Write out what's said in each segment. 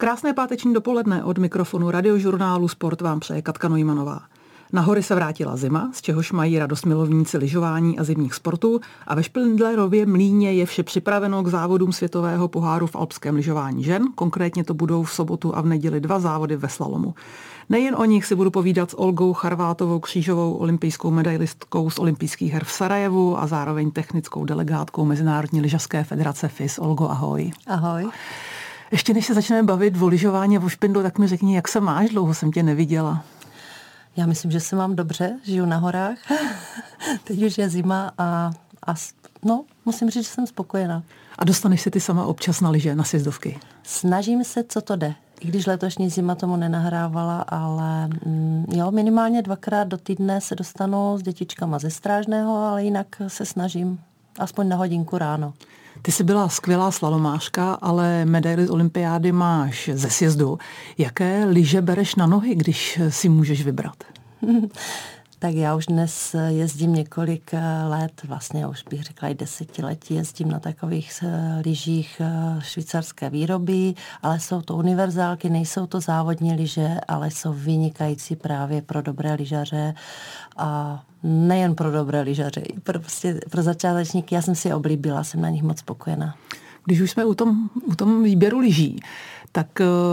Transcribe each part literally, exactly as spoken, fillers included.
Krásné páteční dopoledne od mikrofonu radiožurnálu Sport vám přeje Katka Neumannová. Na hory se vrátila zima, z čehož mají radost milovníci lyžování a zimních sportů, a ve Špindlerově Mlýně je vše připraveno k závodům světového poháru v alpském lyžování žen. Konkrétně to budou v sobotu a v neděli dva závody ve slalomu. Nejen o nich si budu povídat s Olgou Charvátovou Křížovou, olympijskou medailistkou z olympijských her v Sarajevu a zároveň technickou delegátkou Mezinárodní lyžařské federace F I S. Olgo, ahoj. Ahoj. Ještě než se začneme bavit o lyžování a o špindlu, tak mi řekni, jak se máš, dlouho jsem tě neviděla. Já myslím, že se mám dobře, žiju na horách. Teď už je zima a, a no, musím říct, že jsem spokojená. A dostaneš se ty sama občas na lyže, na sjezdovky? Snažím se, co to jde. I když letošní zima tomu nenahrávala, ale mm, jo, minimálně dvakrát do týdne se dostanu s dětičkama ze Strážného, ale jinak se snažím aspoň na hodinku ráno. Ty jsi byla skvělá slalomářka, ale medaili z olympiády máš ze sjezdu. Jaké lyže bereš na nohy, když si můžeš vybrat? Tak já už dnes jezdím několik let, vlastně už bych řekla i desetiletí, jezdím na takových lyžích švýcarské výroby, ale jsou to univerzálky, nejsou to závodní lyže, ale jsou vynikající právě pro dobré lyžaře a nejen pro dobré lyžaře, i pro, prostě pro začátečníky. Já jsem si je oblíbila, jsem na nich moc spokojená. Když už jsme u tom, u tom výběru lyží, tak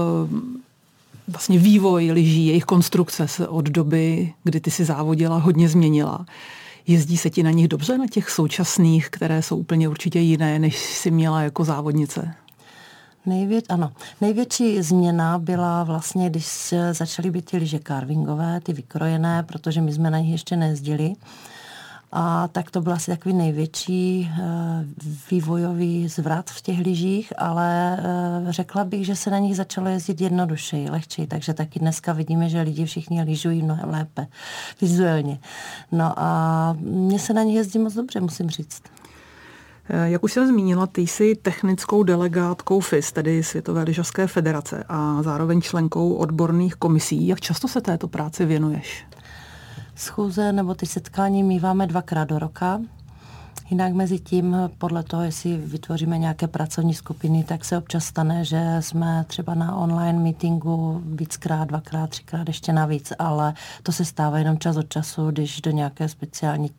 vlastně vývoj lyží, jejich konstrukce se od doby, kdy ty si závodila, hodně změnila. Jezdí se ti na nich dobře, na těch současných, které jsou úplně určitě jiné, než jsi měla jako závodnice? Největ, ano. Největší změna byla vlastně, když začaly být ty lyže carvingové, ty vykrojené, protože my jsme na nich ještě nejezdili. A tak to byl asi takový největší e, vývojový zvrat v těch lyžích, ale e, řekla bych, že se na nich začalo jezdit jednodušeji, lehčeji, takže taky dneska vidíme, že lidi všichni lyžují mnohem lépe vizuálně. No a mně se na nich jezdí moc dobře, musím říct. Jak už jsem zmínila, ty jsi technickou delegátkou F I S, tedy Světové lyžařské federace, a zároveň členkou odborných komisí. Jak často se této práci věnuješ? Schůze nebo ty setkání míváme dvakrát do roka. Jinak mezi tím, podle toho, jestli vytvoříme nějaké pracovní skupiny, tak se občas stane, že jsme třeba na online meetingu víckrát, dvakrát, třikrát ještě navíc, ale to se stává jenom čas od času, když do nějaké speciální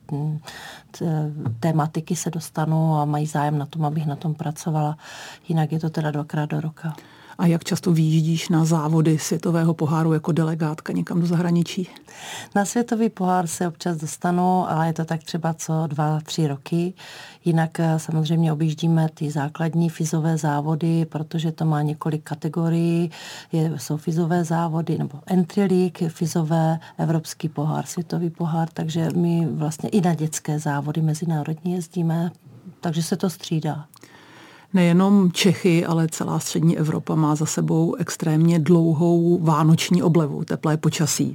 tématiky se dostanu a mají zájem na tom, abych na tom pracovala. Jinak je to teda dvakrát do roka. A jak často vyjíždíš na závody světového poháru jako delegátka někam do zahraničí? Na světový pohár se občas dostanu, ale je to tak třeba co dva, tři roky. Jinak samozřejmě objíždíme ty základní fizové závody, protože to má několik kategorií. Je, jsou fizové závody, nebo entry league, fizové, evropský pohár, světový pohár, takže my vlastně i na dětské závody mezinárodní jezdíme, takže se to střídá. Nejenom Čechy, ale celá střední Evropa má za sebou extrémně dlouhou vánoční oblevu, teplé počasí.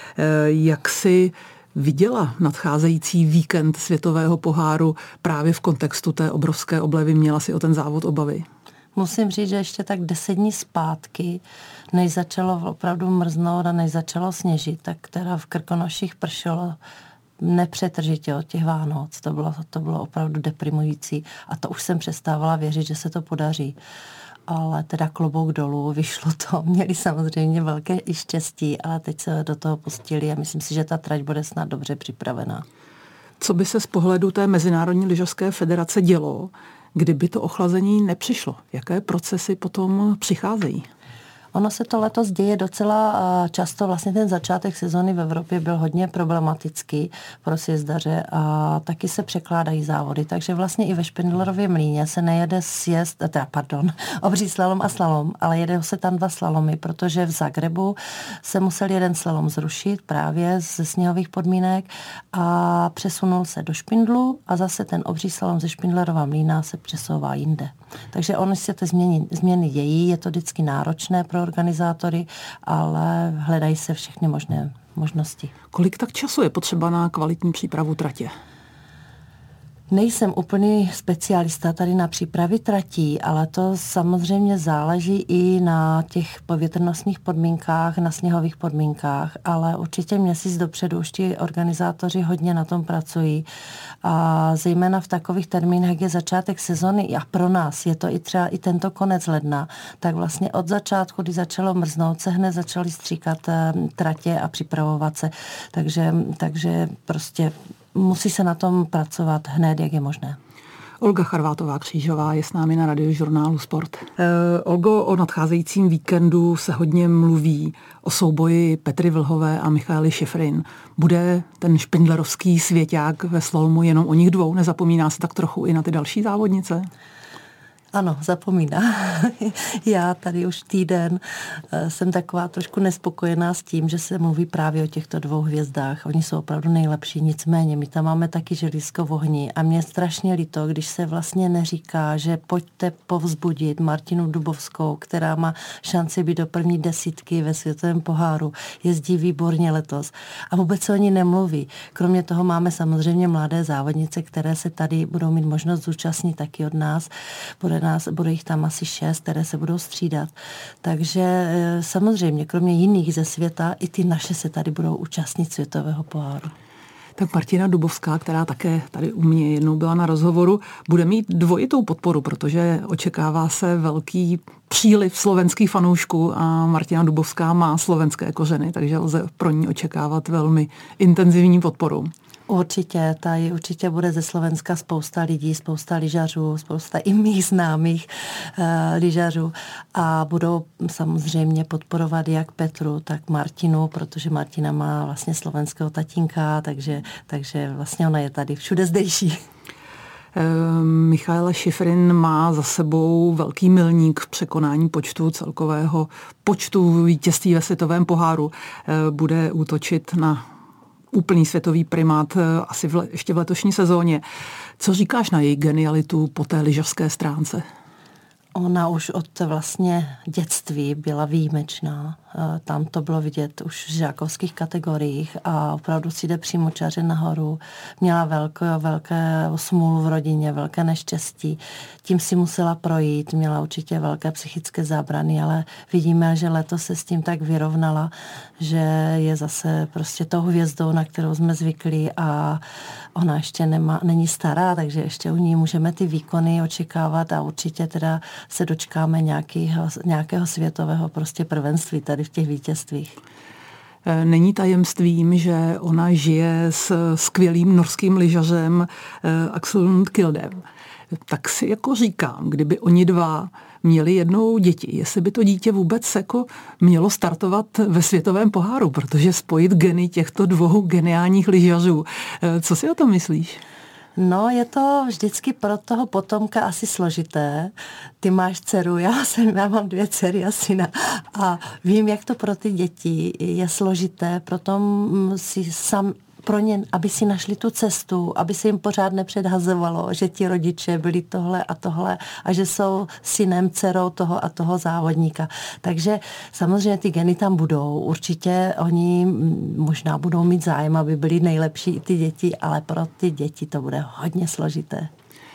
Jak jsi viděla nadcházející víkend světového poháru právě v kontextu té obrovské oblevy? Měla si o ten závod obavy? Musím říct, že ještě tak deset dní zpátky, než začalo opravdu mrznout a než začalo sněžit, tak teda v Krkonoších pršelo nepřetržitě od těch Vánoc. To bylo, to bylo opravdu deprimující a to už jsem přestávala věřit, že se to podaří. Ale teda klobouk dolů, vyšlo to. Měli samozřejmě velké i štěstí, ale teď se do toho pustili a myslím si, že ta trať bude snad dobře připravená. Co by se z pohledu té Mezinárodní lyžařské federace dělo, kdyby to ochlazení nepřišlo? Jaké procesy potom přicházejí? Ono se to letos děje docela často, vlastně ten začátek sezony v Evropě byl hodně problematický pro sjezdaře a taky se překládají závody, takže vlastně i ve Špindlerově Mlýně se nejede sjezd, teda pardon, obří slalom a slalom, ale jede se tam dva slalomy, protože v Zagrebu se musel jeden slalom zrušit právě ze sněhových podmínek a přesunul se do Špindlu a zase ten obří slalom ze Špindlerova Mlýna se přesouvá jinde. Takže ono se ty změny, změny dějí, je to vždycky náročné pro organizátory, ale hledají se všechny možné možnosti. Kolik tak času je potřeba na kvalitní přípravu tratě? Nejsem úplný specialista tady na přípravy tratí, ale to samozřejmě záleží i na těch povětrnostních podmínkách, na sněhových podmínkách, ale určitě měsíc dopředu už ti organizátoři hodně na tom pracují a zejména v takových termínech, jak je začátek sezony a pro nás je to i třeba i tento konec ledna, tak vlastně od začátku, kdy začalo mrznout, se hned začali stříkat tratě a připravovat se, takže, takže prostě musí se na tom pracovat hned, jak je možné. Olga Charvátová-Křížová je s námi na Radiožurnálu Sport. E, Olgo, o nadcházejícím víkendu se hodně mluví o souboji Petry Vlhové a Michaely Schifrin. Bude ten špindlerovský svěťák ve slalomu jenom o nich dvou? Nezapomíná se tak trochu i na ty další závodnice? Ano, zapomíná. Já tady už týden jsem taková trošku nespokojená s tím, že se mluví právě o těchto dvou hvězdách. Oni jsou opravdu nejlepší, nicméně my tam máme taky želízko v ohni a mě strašně líto, když se vlastně neříká, že pojďte povzbudit Martinu Dubovskou, která má šanci být do první desítky ve světovém poháru. Jezdí výborně letos a vůbec se o ní nemluví. Kromě toho máme samozřejmě mladé závodnice, které se tady budou mít možnost zúčastnit taky od nás. Bude nás, bude jich tam asi šest, které se budou střídat. Takže samozřejmě, kromě jiných ze světa, i ty naše se tady budou účastnit světového poháru. Tak Martina Dubovská, která také tady u mě jednou byla na rozhovoru, bude mít dvojitou podporu, protože očekává se velký příliv slovenských fanoušků a Martina Dubovská má slovenské kořeny, takže lze pro ní očekávat velmi intenzivní podporu. Určitě, tady určitě bude ze Slovenska spousta lidí, spousta lyžařů, spousta i mých známých uh, lyžařů a budou samozřejmě podporovat jak Petru, tak Martinu, protože Martina má vlastně slovenského tatínka, takže, takže vlastně ona je tady všude zdejší. Michaela Schifrin má za sebou velký milník v překonání počtu celkového počtu vítězství ve světovém poháru. Bude útočit na úplný světový primát asi v le, ještě v letošní sezóně. Co říkáš na její genialitu po té lyžařské stránce? Ona už od vlastně dětství byla výjimečná. Tam to bylo vidět už v žákovských kategoriích a opravdu si jde přímočaře nahoru. Měla velké, velké smůlu v rodině, velké neštěstí. Tím si musela projít, měla určitě velké psychické zábrany, ale vidíme, že letos se s tím tak vyrovnala, že je zase prostě tou hvězdou, na kterou jsme zvyklí a ona ještě nemá, není stará, takže ještě u ní můžeme ty výkony očekávat a určitě teda se dočkáme nějakého, nějakého světového prostě prvenství tady v těch vítězstvích. Není tajemstvím, že ona žije s skvělým norským lyžařem Aksel Lund Kildem. Tak si jako říkám, kdyby oni dva měli jednou děti, jestli by to dítě vůbec jako mělo startovat ve světovém poháru, protože spojit geny těchto dvou geniálních lyžařů. Co si o tom myslíš? No, je to vždycky pro toho potomka asi složité. Ty máš dceru, já, jsem, já mám dvě dcery a syna a vím, jak to pro ty děti je složité, proto si sam pro ně, aby si našli tu cestu, aby se jim pořád nepředhazovalo, že ti rodiče byli tohle a tohle a že jsou synem, dcerou toho a toho závodníka. Takže samozřejmě ty geny tam budou. Určitě oni možná budou mít zájem, aby byli nejlepší ty děti, ale pro ty děti to bude hodně složité.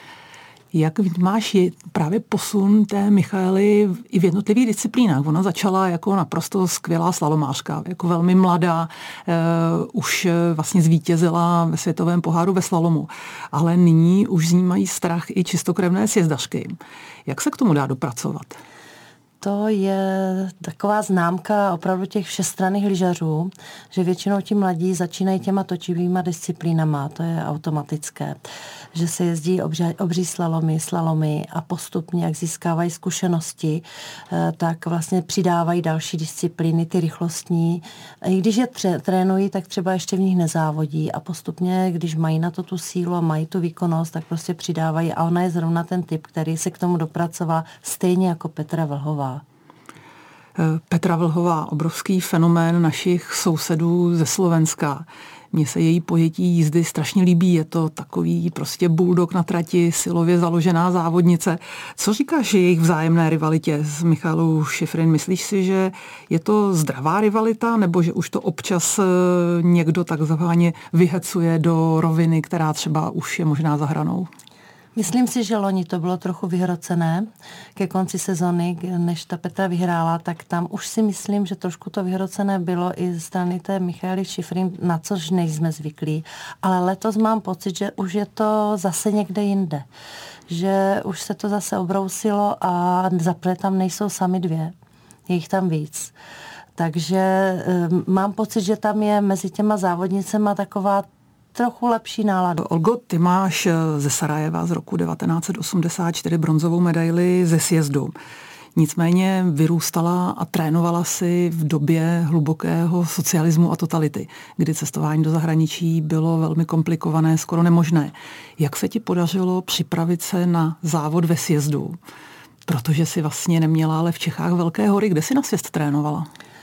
Jak máš právě posun té Michaely i v jednotlivých disciplínách? Ona začala jako naprosto skvělá slalomářka, jako velmi mladá, eh, už vlastně zvítězila ve světovém poháru ve slalomu, ale nyní už z ní mají strach i čistokrevné sjezdařky. Jak se k tomu dá dopracovat? To je taková známka opravdu těch všestranných lyžařů, že většinou ti mladí začínají těma točivýma disciplínama, to je automatické, že se jezdí obří, obří slalomy, slalomy a postupně, jak získávají zkušenosti, tak vlastně přidávají další disciplíny, ty rychlostní. I když je tře- trénují, tak třeba ještě v nich nezávodí a postupně, když mají na to tu sílu a mají tu výkonnost, tak prostě přidávají a ona je zrovna ten typ, který se k tomu dopracoval stejně jako Petra Vlhová. Petra Vlhová, obrovský fenomén našich sousedů ze Slovenska. Mně se její pojetí jízdy strašně líbí. Je to takový prostě bulldog na trati, silově založená závodnice. Co říkáš jejich vzájemné rivalitě s Michalou Shiffrin? Myslíš si, že je to zdravá rivalita, nebo že už to občas někdo takzvaně vyhecuje do roviny, která třeba už je možná za hranou? Myslím si, že loni to bylo trochu vyhrocené. Ke konci sezony, než ta Petra vyhrála, tak tam už si myslím, že trošku to vyhrocené bylo i ze strany té Michaly Shiffrin, na což nejsme zvyklí. Ale letos mám pocit, že už je to zase někde jinde. Že už se to zase obrousilo a zaprvé tam nejsou sami dvě. Je jich tam víc. Takže um, mám pocit, že tam je mezi těma závodnicema taková trochu lepší náladu. Olgo, ty máš ze Sarajeva z roku devatenáct set osmdesát čtyři bronzovou medaili ze sjezdu. Nicméně vyrůstala a trénovala si v době hlubokého socialismu a totality, kdy cestování do zahraničí bylo velmi komplikované, skoro nemožné. Jak se ti podařilo připravit se na závod ve sjezdu? Protože si vlastně neměla ale v Čechách velké hory. Kde si na sjezd trénovala?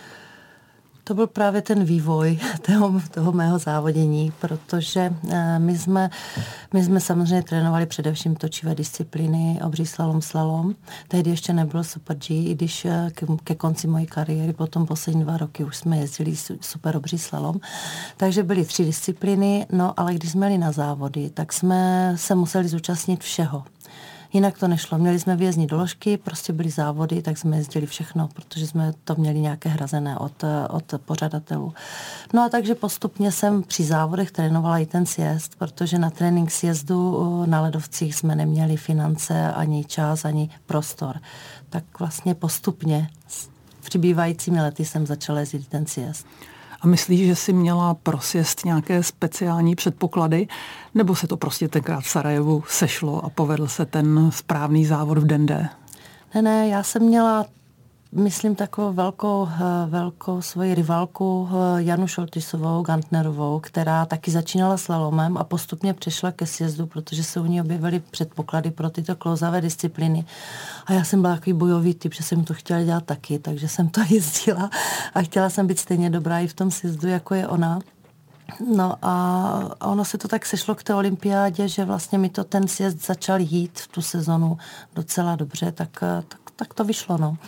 To byl právě ten vývoj toho, toho mého závodění, protože my jsme, my jsme samozřejmě trénovali především točivé disciplíny, obří slalom, slalom. Tehdy ještě nebyl Super G, i když ke, ke konci mojí kariéry, potom poslední dva roky už jsme jezdili super obří slalom. Takže byly tři disciplíny, no ale když jsme jeli na závody, tak jsme se museli zúčastnit všeho. Jinak to nešlo. Měli jsme výjezdní doložky, prostě byly závody, tak jsme jezdili všechno, protože jsme to měli nějaké hrazené od, od pořadatelů. No a takže postupně jsem při závodech trénovala i ten sjezd, protože na trénink sjezdu na ledovcích jsme neměli finance, ani čas, ani prostor. Tak vlastně postupně s přibývajícími lety jsem začala jezdit ten sjezd. A myslíš, že jsi měla pro sjezd nějaké speciální předpoklady, nebo se to prostě tenkrát v Sarajevu sešlo a povedl se ten správný závod v den D? Ne, ne, já jsem měla, myslím, takovou velkou, velkou svoji rivalku Janu Šoltisovou, Gantnerovou, která taky začínala slalomem a postupně přešla ke sjezdu, protože se u ní objevily předpoklady pro tyto klouzavé disciplíny. A já jsem byla takový bojový typ, že jsem to chtěla dělat taky, takže jsem to jezdila a chtěla jsem být stejně dobrá i v tom sjezdu, jako je ona. No a ono se to tak sešlo k té olympiádě, že vlastně mi to ten sjezd začal jít v tu sezonu docela dobře, tak, tak, tak to vyšlo, no.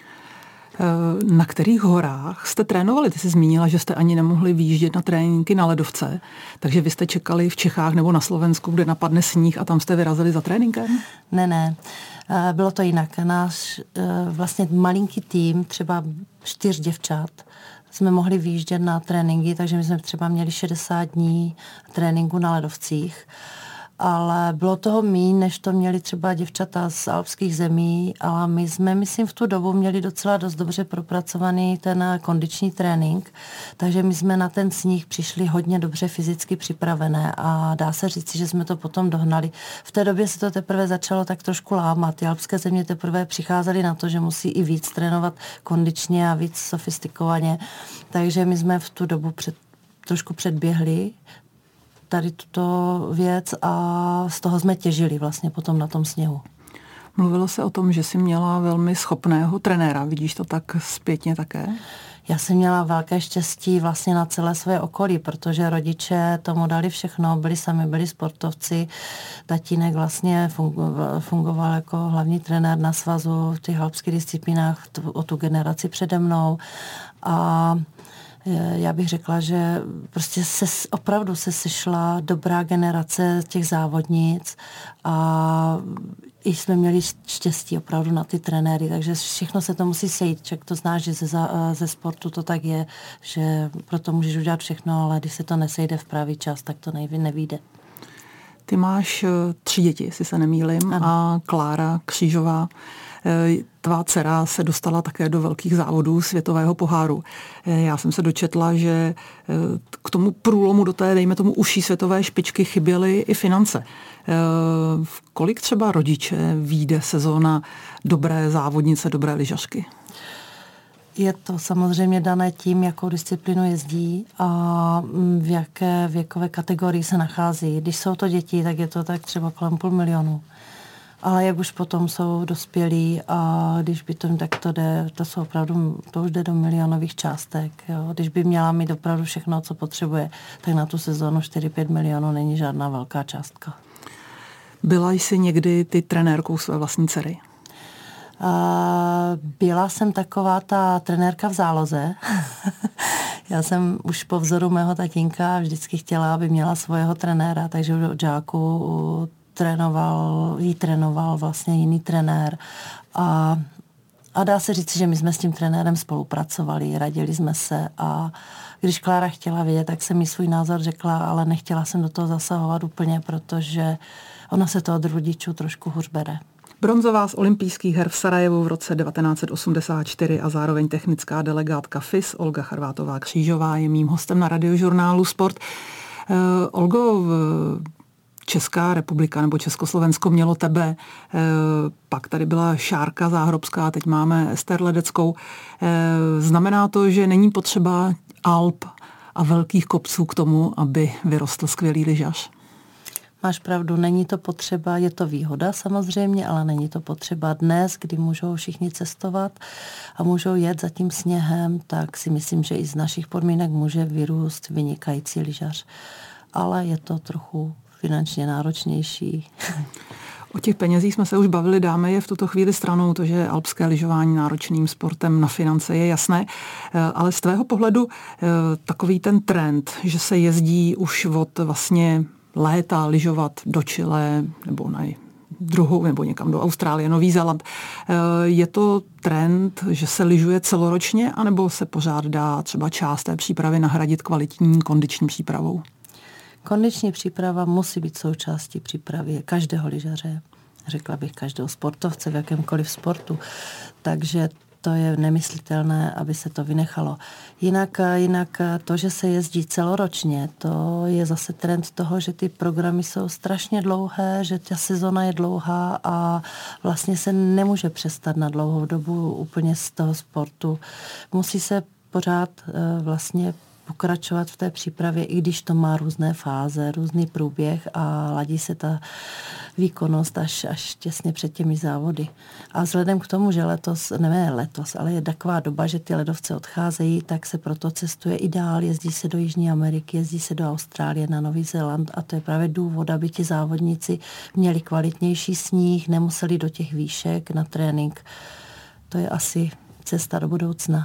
Na kterých horách jste trénovali? Ty jsi zmínila, že jste ani nemohli výjíždět na tréninky na ledovce, takže vy jste čekali v Čechách nebo na Slovensku, kde napadne sníh a tam jste vyrazili za tréninkem? Ne, ne. Bylo to jinak. Náš vlastně malinký tým, třeba čtyř děvčat, jsme mohli výjíždět na tréninky, takže my jsme třeba měli šedesát dní tréninku na ledovcích. Ale bylo toho míň, než to měli třeba děvčata z alpských zemí, ale my jsme, myslím, v tu dobu měli docela dost dobře propracovaný ten kondiční trénink, takže my jsme na ten sníh přišli hodně dobře fyzicky připravené a dá se říct, že jsme to potom dohnali. V té době se to teprve začalo tak trošku lámat. Ty alpské země teprve přicházely na to, že musí i víc trénovat kondičně a víc sofistikovaně, takže my jsme v tu dobu před, trošku předběhli tady tuto věc a z toho jsme těžili vlastně potom na tom sněhu. Mluvilo se o tom, že jsi měla velmi schopného trenéra. Vidíš to tak zpětně také? Já jsem měla velké štěstí vlastně na celé své okolí, protože rodiče tomu dali všechno, byli sami, byli sportovci. Tatínek vlastně fungoval, fungoval jako hlavní trenér na svazu v těch alpských disciplínách o tu generaci přede mnou a já bych řekla, že prostě se, opravdu se sešla dobrá generace těch závodnic a i jsme měli štěstí opravdu na ty trenéry, takže všechno se to musí sejít. Čak to znáš, že ze, ze sportu to tak je, že proto můžeš udělat všechno, ale když se to nesejde v pravý čas, tak to nevyjde. Ty máš tři děti, jestli se nemýlim, ano. A Klára Křížová, tvá dcera, se dostala také do velkých závodů světového poháru. Já jsem se dočetla, že k tomu průlomu do té, dejme tomu, uší světové špičky chyběly i finance. V kolik třeba rodiče vyjde sezóna dobré závodnice, dobré lyžařky? Je to samozřejmě dané tím, jakou disciplínu jezdí a v jaké věkové kategorii se nachází. Když jsou to děti, tak je to tak třeba kolem půl milionu. Ale jak už potom jsou dospělí a když by to tak to jde, to jsou opravdu, to už jde do milionových částek. Jo. Když by měla mít opravdu všechno, co potřebuje, tak na tu sezónu čtyři pět milionů není žádná velká částka. Byla jsi někdy ty trenérkou své vlastní dcery? Byla jsem taková ta trenérka v záloze. Já jsem už po vzoru mého tatínka vždycky chtěla, aby měla svého trenéra, takže od žáku trénoval, jí trénoval vlastně jiný trenér. A, a dá se říct, že my jsme s tím trenérem spolupracovali, radili jsme se a když Klára chtěla vědět, tak jsem jí svůj názor řekla, ale nechtěla jsem do toho zasahovat úplně, protože ona se to od rodičů trošku hůř bere. Bronzová z olympijských her v Sarajevu v roce devatenáct set osmdesát čtyři a zároveň technická delegátka F I S Olga Charvátová-Křížová je mým hostem na Radiožurnálu Sport. Uh, Olgo, Česká republika nebo Československo mělo tebe, uh, pak tady byla Šárka Záhrobská, teď máme Ester Ledeckou. Uh, znamená to, že není potřeba Alp a velkých kopců k tomu, aby vyrostl skvělý lyžař? Máš pravdu, není to potřeba, je to výhoda samozřejmě, ale není to potřeba dnes, kdy můžou všichni cestovat a můžou jet za tím sněhem, tak si myslím, že i z našich podmínek může vyrůst vynikající lyžař. Ale je to trochu finančně náročnější. O těch penězích jsme se už bavili, dáme je v tuto chvíli stranou, to, že alpské lyžování náročným sportem na finance je jasné, ale z tvého pohledu takový ten trend, že se jezdí už od vlastně léta lyžovat do Chile nebo na druhou nebo někam do Austrálie, Nový Zéland. Je to trend, že se lyžuje celoročně, anebo se pořád dá třeba část té přípravy nahradit kvalitní kondiční přípravou? Kondiční příprava musí být součástí přípravy každého lyžaře, řekla bych každého sportovce v jakémkoliv sportu. Takže to je nemyslitelné, aby se to vynechalo. Jinak, jinak to, že se jezdí celoročně, to je zase trend toho, že ty programy jsou strašně dlouhé, že ta sezona je dlouhá a vlastně se nemůže přestat na dlouhou dobu úplně z toho sportu. Musí se pořád vlastně pokračovat v té přípravě, i když to má různé fáze, různý průběh a ladí se ta výkonnost až, až těsně před těmi závody. A vzhledem k tomu, že letos, ne letos, ale je taková doba, že ty ledovce odcházejí, tak se proto cestuje i dál, jezdí se do Jižní Ameriky, jezdí se do Austrálie, na Nový Zéland a to je právě důvod, aby ti závodníci měli kvalitnější sníh, nemuseli do těch výšek na trénink. To je asi cesta do budoucna.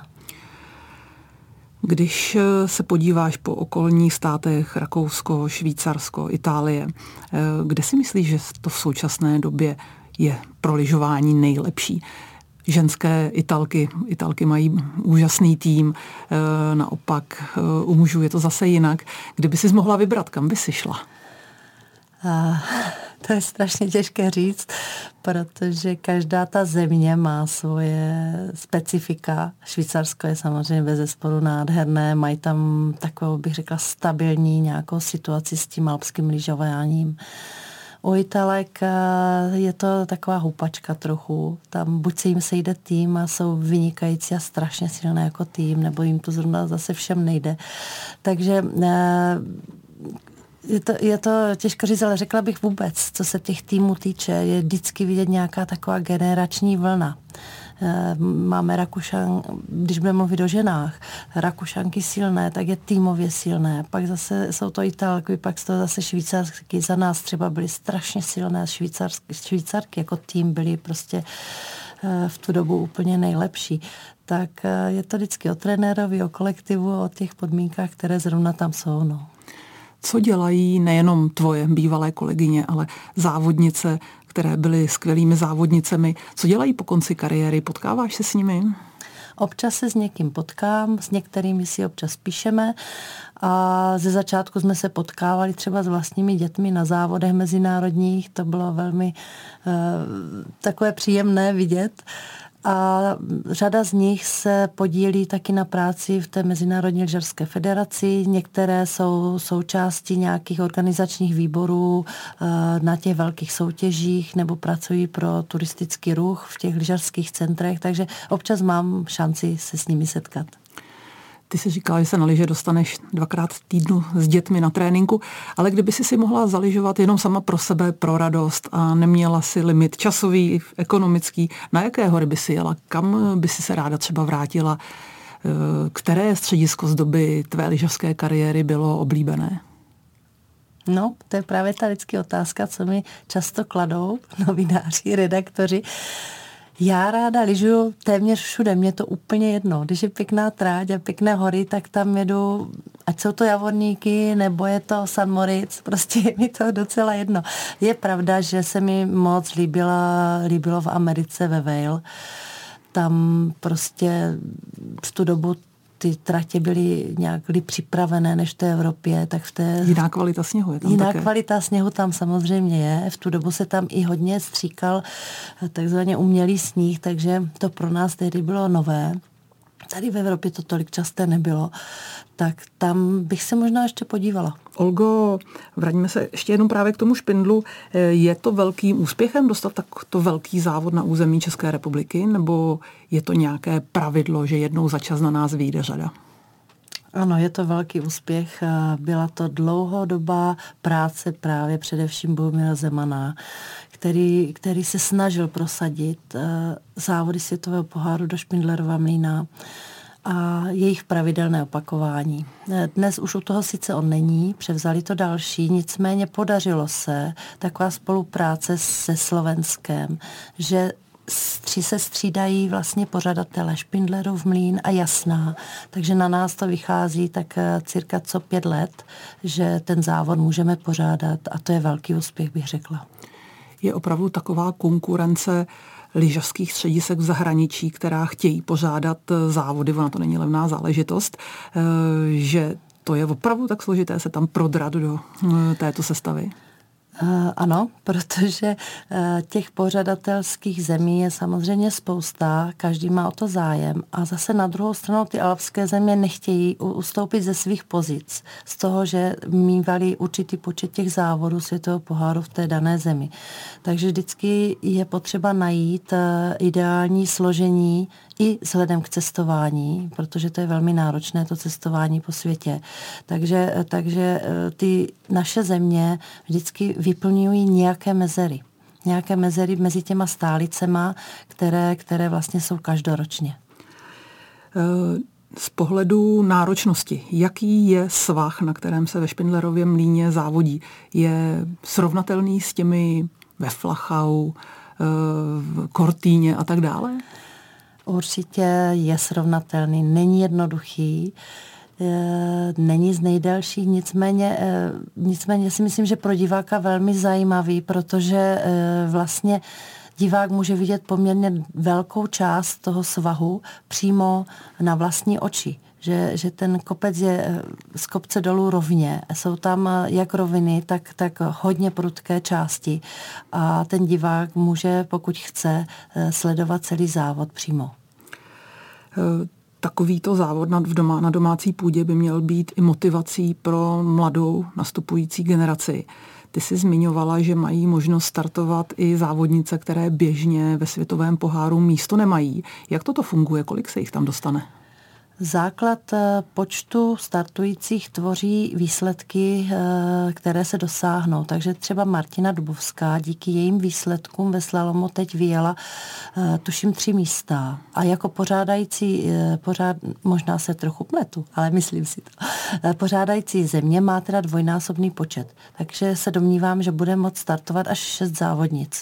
Když se podíváš po okolních státech, Rakousko, Švýcarsko, Itálie, kde si myslíš, že to v současné době je pro lyžování nejlepší? Ženské Italky, Italky mají úžasný tým, naopak u mužů je to zase jinak. Kdyby jsi mohla vybrat, kam by si šla? A to je strašně těžké říct, protože každá ta země má svoje specifika. Švýcarsko je samozřejmě bezesporu nádherné, mají tam takovou, bych řekla, stabilní nějakou situaci s tím alpským lyžováním. U Italek je to taková houpačka trochu. Tam buď se jim sejde tým a jsou vynikající a strašně silné jako tým, nebo jim to zrovna zase všem nejde. Takže Je to, je to těžko říct, ale řekla bych vůbec, co se těch týmů týče, je vždycky vidět nějaká taková generační vlna. Máme Rakušan, když budeme mluvit o ženách, Rakušanky silné, tak je týmově silné. Pak zase jsou to Italky, pak jsou to zase Švýcarky. Za nás třeba byly strašně silné Švýcarky, Švýcarky jako tým byly prostě v tu dobu úplně nejlepší. Tak je to vždycky o trenérovi, o kolektivu, o těch podmínkách, které zrovna tam jsou. No. Co dělají nejenom tvoje bývalé kolegyně, ale závodnice, které byly skvělými závodnicemi? Co dělají po konci kariéry? Potkáváš se s nimi? Občas se s někým potkám, s některými si občas píšeme a ze začátku jsme se potkávali třeba s vlastními dětmi na závodech mezinárodních. To bylo velmi uh, takové příjemné vidět. A řada z nich se podílí taky na práci v té Mezinárodní lyžařské federaci. Některé jsou součástí nějakých organizačních výborů na těch velkých soutěžích nebo pracují pro turistický ruch v těch lyžařských centrech, takže občas mám šanci se s nimi setkat. Ty jsi říkala, že se na lyže dostaneš dvakrát v týdnu s dětmi na tréninku, ale kdyby si si mohla zalyžovat jenom sama pro sebe, pro radost a neměla si limit časový, ekonomický, na jaké hory by si jela? Kam by si se ráda třeba vrátila? Které středisko z doby tvé lyžařské kariéry bylo oblíbené? No, to je právě ta vždycky otázka, co mi často kladou novináři, redaktoři. Já ráda lyžuju téměř všude, mě to úplně jedno. Když je pěkná tráť a pěkné hory, tak tam jedu, ať jsou to Javorníky, nebo je to San Moritz, prostě je mi to docela jedno. Je pravda, že se mi moc líbila, líbilo v Americe ve Vail. Tam prostě v tu dobu ty tratě byly nějak připravené než v té Evropě, tak v té... Jiná kvalita sněhu je tam Jiná také. kvalita sněhu tam samozřejmě je. V tu dobu se tam i hodně stříkal takzvaně umělý sníh, takže to pro nás tehdy bylo nové. Tady v Evropě to tolik časté nebylo, tak tam bych se možná ještě podívala. Olgo, vraťme se ještě jednou právě k tomu špindlu. Je to velkým úspěchem dostat takto velký závod na území České republiky, nebo je to nějaké pravidlo, že jednou za čas na nás vyjde řada? Ano, je to velký úspěch. Byla to dlouhodobá práce právě především Bohumila Zemana, který, který se snažil prosadit závody světového poháru do Špindlerova Mlýna a jejich pravidelné opakování. Dnes už u toho sice on není, převzali to další, nicméně podařilo se taková spolupráce se Slovenskem, že Stří se střídají vlastně pořadatelé Špindlerův Mlýn a Jasná, takže na nás to vychází tak cirka co pět let, že ten závod můžeme pořádat a to je velký úspěch, bych řekla. Je opravdu taková konkurence lyžařských středisek v zahraničí, která chtějí pořádat závody, ona to není levná záležitost, že to je opravdu tak složité se tam prodrat do této sestavy? Uh, ano, protože uh, těch pořadatelských zemí je samozřejmě spousta, každý má o to zájem a zase na druhou stranu ty alpské země nechtějí ustoupit ze svých pozic z toho, že mívali určitý počet těch závodů světového poháru v té dané zemi. Takže vždycky je potřeba najít uh, ideální složení i vzhledem k cestování, protože to je velmi náročné, to cestování po světě. Takže, takže ty naše země vždycky vyplňují nějaké mezery. Nějaké mezery mezi těma stálicema, které, které vlastně jsou každoročně. Z pohledu náročnosti, jaký je svah, na kterém se ve Špindlerově Mlýně závodí? Je srovnatelný s těmi ve Flachau, v Kortýně a tak dále? Určitě je srovnatelný, není jednoduchý, není z nejdelších, nicméně, nicméně si myslím, že pro diváka velmi zajímavý, protože vlastně divák může vidět poměrně velkou část toho svahu přímo na vlastní oči. Že, že ten kopec je z kopce dolů rovně. Jsou tam jak roviny, tak, tak hodně prudké části. A ten divák může, pokud chce, sledovat celý závod přímo. Takovýto závod na, v doma, na domácí půdě by měl být i motivací pro mladou nastupující generaci. Ty jsi zmiňovala, že mají možnost startovat i závodnice, které běžně ve světovém poháru místo nemají. Jak toto funguje? Kolik se jich tam dostane? Základ počtu startujících tvoří výsledky, které se dosáhnou. Takže třeba Martina Dubovská díky jejím výsledkům ve slalomu teď vyjela tuším tři místa. A jako pořádající, pořád, možná se trochu pletu, ale myslím si to, pořádající země má teda dvojnásobný počet. Takže se domnívám, že bude moct startovat až šest závodnic.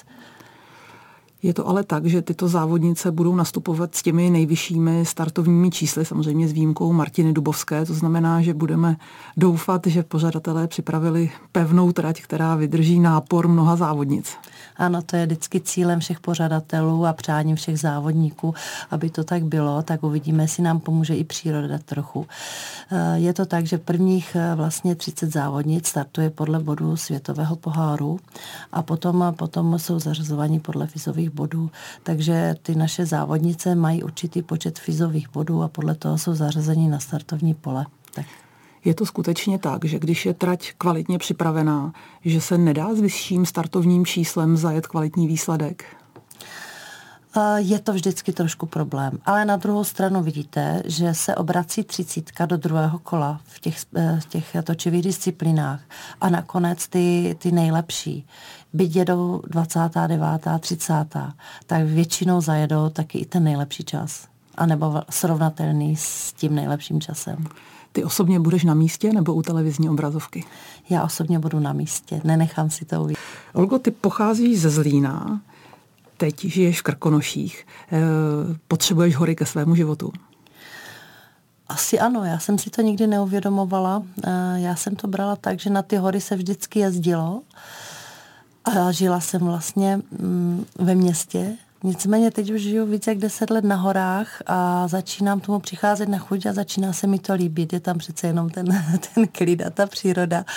Je to ale tak, že tyto závodnice budou nastupovat s těmi nejvyššími startovními čísly, samozřejmě s výjimkou Martiny Dubovské. To znamená, že budeme doufat, že pořadatelé připravili pevnou trať, která vydrží nápor mnoha závodnic. Ano, to je vždycky cílem všech pořadatelů a přáním všech závodníků, aby to tak bylo, tak uvidíme, jestli nám pomůže i příroda trochu. Je to tak, že prvních vlastně třicet závodnic startuje podle bodů světového poháru a potom, potom jsou zařazovaní podle fizových bodů. Takže ty naše závodnice mají určitý počet fizových bodů a podle toho jsou zařazeni na startovní pole. Tak. Je to skutečně tak, že když je trať kvalitně připravená, že se nedá s vyšším startovním číslem zajet kvalitní výsledek? Je to vždycky trošku problém, ale na druhou stranu vidíte, že se obrací třicítka do druhého kola v těch, v těch točivých disciplínách a nakonec ty, ty nejlepší. Byť jedou dvacátá devátá třicátá tak většinou zajedou taky i ten nejlepší čas. A nebo srovnatelný s tím nejlepším časem. Ty osobně budeš na místě nebo u televizní obrazovky? Já osobně budu na místě, nenechám si to uvít. Olgo, ty pocházíš ze Zlína, teď žiješ v Krkonoších. Potřebuješ hory ke svému životu? Asi ano, já jsem si to nikdy neuvědomovala. Já jsem to brala tak, že na ty hory se vždycky jezdilo a žila jsem vlastně ve městě. Nicméně teď už žiju víc jak deset let na horách a začínám tomu přicházet na chuť a začíná se mi to líbit. Je tam přece jenom ten, ten klid a ta příroda.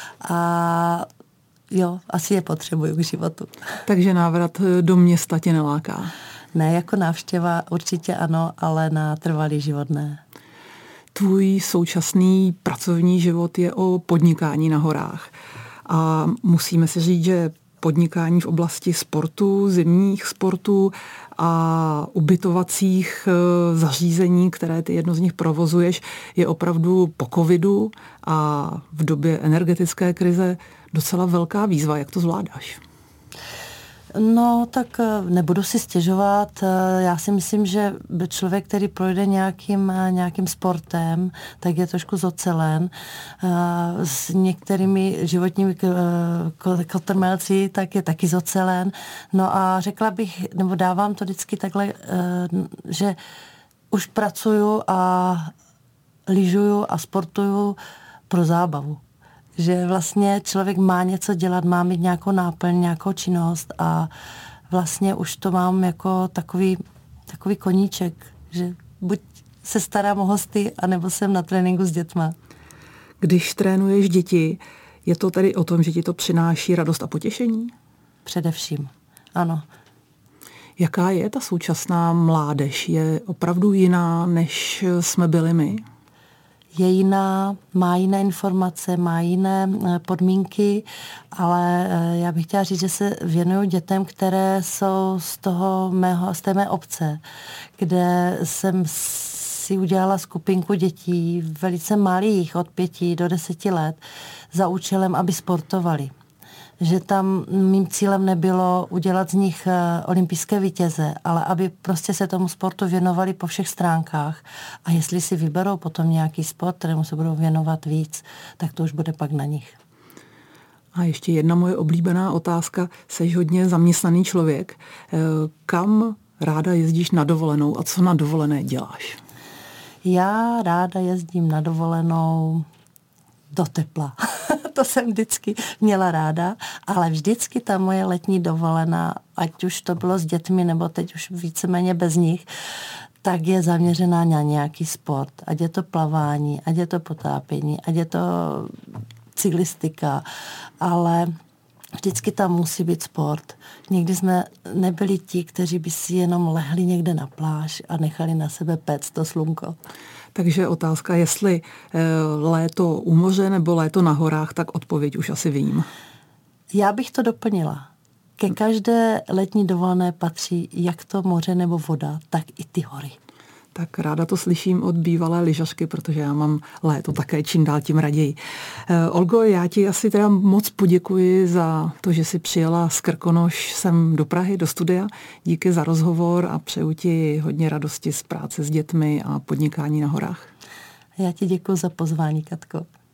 A jo, asi je potřebuju k životu. Takže návrat do města tě neláká? Ne, jako návštěva určitě ano, ale na trvalý život ne. Tvůj současný pracovní život je o podnikání na horách. A musíme si říct, že podnikání v oblasti sportu, zimních sportů a ubytovacích zařízení, které ty jedno z nich provozuješ, je opravdu po covidu a v době energetické krize docela velká výzva. Jak to zvládáš? No, tak nebudu si stěžovat. Já si myslím, že člověk, který projde nějakým, nějakým sportem, tak je trošku zocelen. S některými životními kotrmelci tak je taky zocelen. No a řekla bych, nebo dávám to vždycky takhle, že už pracuju a lyžuju a sportuju pro zábavu. Že vlastně člověk má něco dělat, má mít nějakou náplň, nějakou činnost a vlastně už to mám jako takový, takový koníček, že buď se starám o hosty, anebo jsem na tréninku s dětma. Když trénuješ děti, je to tedy o tom, že ti to přináší radost a potěšení? Především, ano. Jaká je ta současná mládež? Je opravdu jiná, než jsme byli my? Je jiná, má jiné informace, má jiné podmínky, ale já bych chtěla říct, že se věnuju dětem, které jsou z toho mého, z té mé obce, kde jsem si udělala skupinku dětí velice malých, od pěti do deseti let, za účelem, aby sportovali. Že tam mým cílem nebylo udělat z nich olympijské vítěze, ale aby prostě se tomu sportu věnovali po všech stránkách. A jestli si vyberou potom nějaký sport, kterému se budou věnovat víc, tak to už bude pak na nich. A ještě jedna moje oblíbená otázka. Jseš hodně zaměstnaný člověk. Kam ráda jezdíš na dovolenou a co na dovolené děláš? Já ráda jezdím na dovolenou do tepla. To jsem vždycky měla ráda, ale vždycky ta moje letní dovolená, ať už to bylo s dětmi, nebo teď už víceméně bez nich, tak je zaměřená na nějaký sport. Ať je to plavání, ať je to potápění, ať je to cyklistika, ale vždycky tam musí být sport. Nikdy jsme nebyli ti, kteří by si jenom lehli někde na pláž a nechali na sebe péct to slunko. Takže otázka, jestli léto u moře nebo léto na horách, tak odpověď už asi vím. Já bych to doplnila. Ke každé letní dovolené patří jak to moře nebo voda, tak i ty hory. Tak ráda to slyším od bývalé lyžařky, protože já mám léto také čím dál tím raději. Olgo, já ti asi teda moc poděkuji za to, že jsi přijela z Krkonoš sem do Prahy, do studia. Díky za rozhovor a přeju ti hodně radosti z práce s dětmi a podnikání na horách. Já ti děkuji za pozvání, Katko.